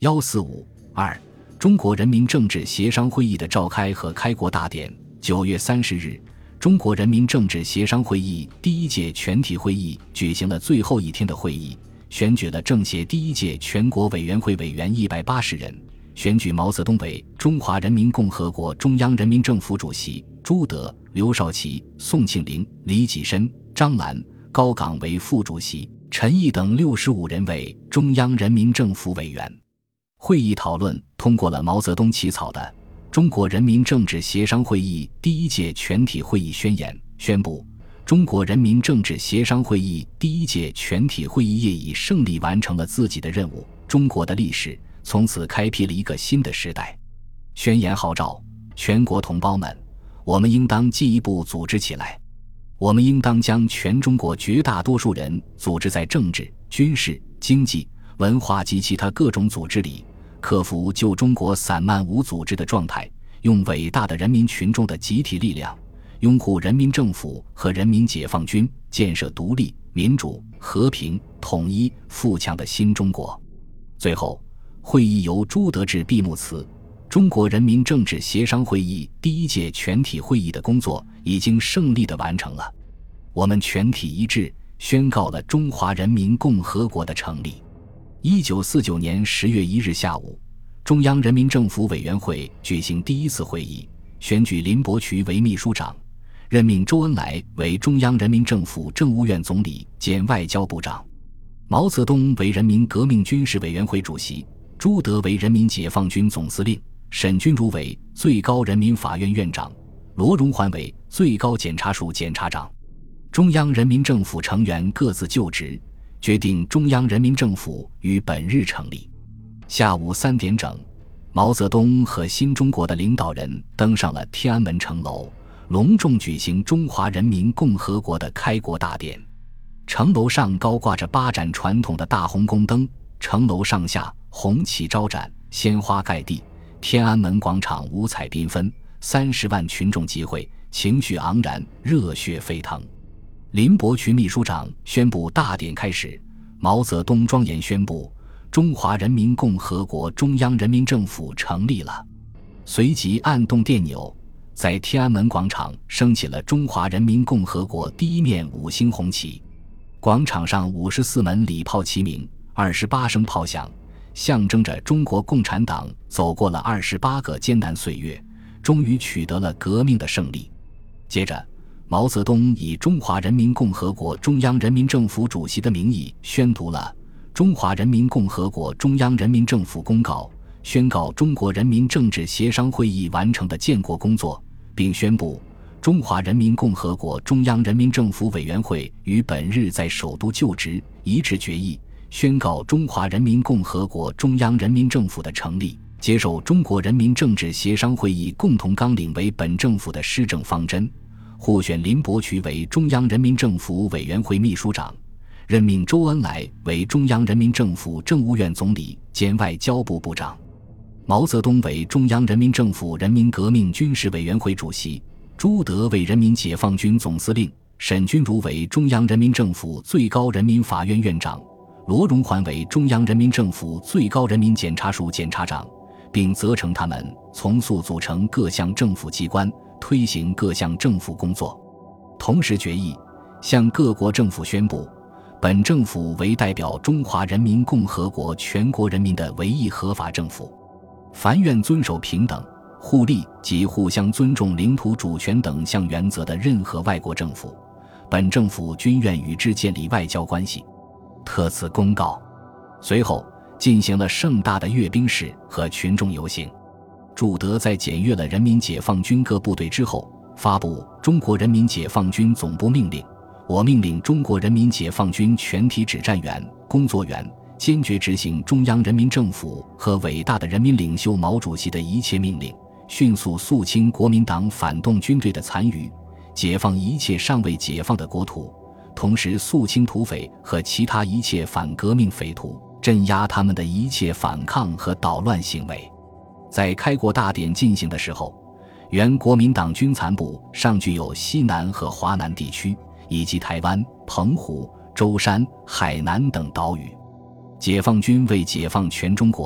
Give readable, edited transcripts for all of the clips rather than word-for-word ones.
145-2中国人民政治协商会议的召开和开国大典。9月30日，中国人民政治协商会议第一届全体会议举行了最后一天的会议，选举了政协第一届全国委员会委员180人，选举毛泽东为中华人民共和国中央人民政府主席，朱德、刘少奇、宋庆龄、李济深、张澜、高岗为副主席，陈毅等65人为中央人民政府委员。会议讨论通过了毛泽东起草的《中国人民政治协商会议第一届全体会议宣言》，宣布中国人民政治协商会议第一届全体会议业已胜利完成了自己的任务，中国的历史从此开辟了一个新的时代。宣言号召全国同胞们，我们应当进一步组织起来，我们应当将全中国绝大多数人组织在政治、军事、经济、文化及其他各种组织里，克服旧中国散漫无组织的状态，用伟大的人民群众的集体力量，拥护人民政府和人民解放军，建设独立、民主、和平、统一、富强的新中国。最后，会议由朱德致闭幕词。中国人民政治协商会议第一届全体会议的工作已经胜利地完成了，我们全体一致宣告了中华人民共和国的成立。1949年10月1日下午，中央人民政府委员会举行第一次会议，选举林伯渠为秘书长，任命周恩来为中央人民政府政务院总理兼外交部长，毛泽东为人民革命军事委员会主席，朱德为人民解放军总司令，沈钧儒为最高人民法院院长，罗荣桓为最高检察署检察长。中央人民政府成员各自就职，决定中央人民政府于本日成立。下午3点整，毛泽东和新中国的领导人登上了天安门城楼，隆重举行中华人民共和国的开国大典。城楼上高挂着8盏传统的大红宫灯，城楼上下红旗招展，鲜花盖地，天安门广场五彩缤纷，30万群众集会，情绪昂然，热血沸腾。林伯渠秘书长宣布大典开始，毛泽东庄严宣布中华人民共和国中央人民政府成立了，随即按动电钮，在天安门广场升起了中华人民共和国第一面5星红旗。广场上54门礼炮齐鸣，28声炮响，象征着中国共产党走过了28个艰难岁月，终于取得了革命的胜利。接着，毛泽东以中华人民共和国中央人民政府主席的名义宣读了中华人民共和国中央人民政府公告，宣告中国人民政治协商会议完成的建国工作，并宣布中华人民共和国中央人民政府委员会于本日在首都就职，一致决议宣告中华人民共和国中央人民政府的成立，接受中国人民政治协商会议共同纲领为本政府的施政方针，互选林伯渠为中央人民政府委员会秘书长，任命周恩来为中央人民政府政务院总理兼外交部部长，毛泽东为中央人民政府人民革命军事委员会主席，朱德为人民解放军总司令，沈钧儒为中央人民政府最高人民法院院长，罗荣桓为中央人民政府最高人民检察署检察长，并责成他们从速组成各项政府机关，推行各项政府工作。同时决议向各国政府宣布，本政府为代表中华人民共和国全国人民的唯一合法政府，凡愿遵守平等、互利及互相尊重领土主权等项原则的任何外国政府，本政府均愿与之建立外交关系。特此公告。随后进行了盛大的阅兵式和群众游行。朱德在检阅了人民解放军各部队之后，发布中国人民解放军总部命令，我命令中国人民解放军全体指战员、工作员坚决执行中央人民政府和伟大的人民领袖毛主席的一切命令，迅速肃清国民党反动军队的残余，解放一切尚未解放的国土，同时肃清土匪和其他一切反革命匪徒，镇压他们的一切反抗和捣乱行为。在开国大典进行的时候，原国民党军残部尚具有西南和华南地区，以及台湾、澎湖、舟山、海南等岛屿。解放军为解放全中国，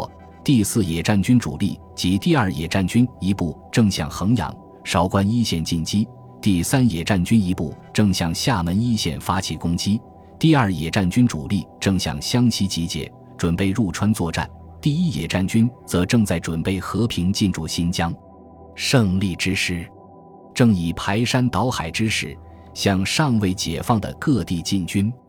第4野战军主力及第2野战军一部正向衡阳、韶关一线进击，第3野战军一部正向厦门一线发起攻击，第2野战军主力正向湘西集结，准备入川作战，第1野战军则正在准备和平进驻新疆。胜利之师正以排山倒海之势向尚未解放的各地进军。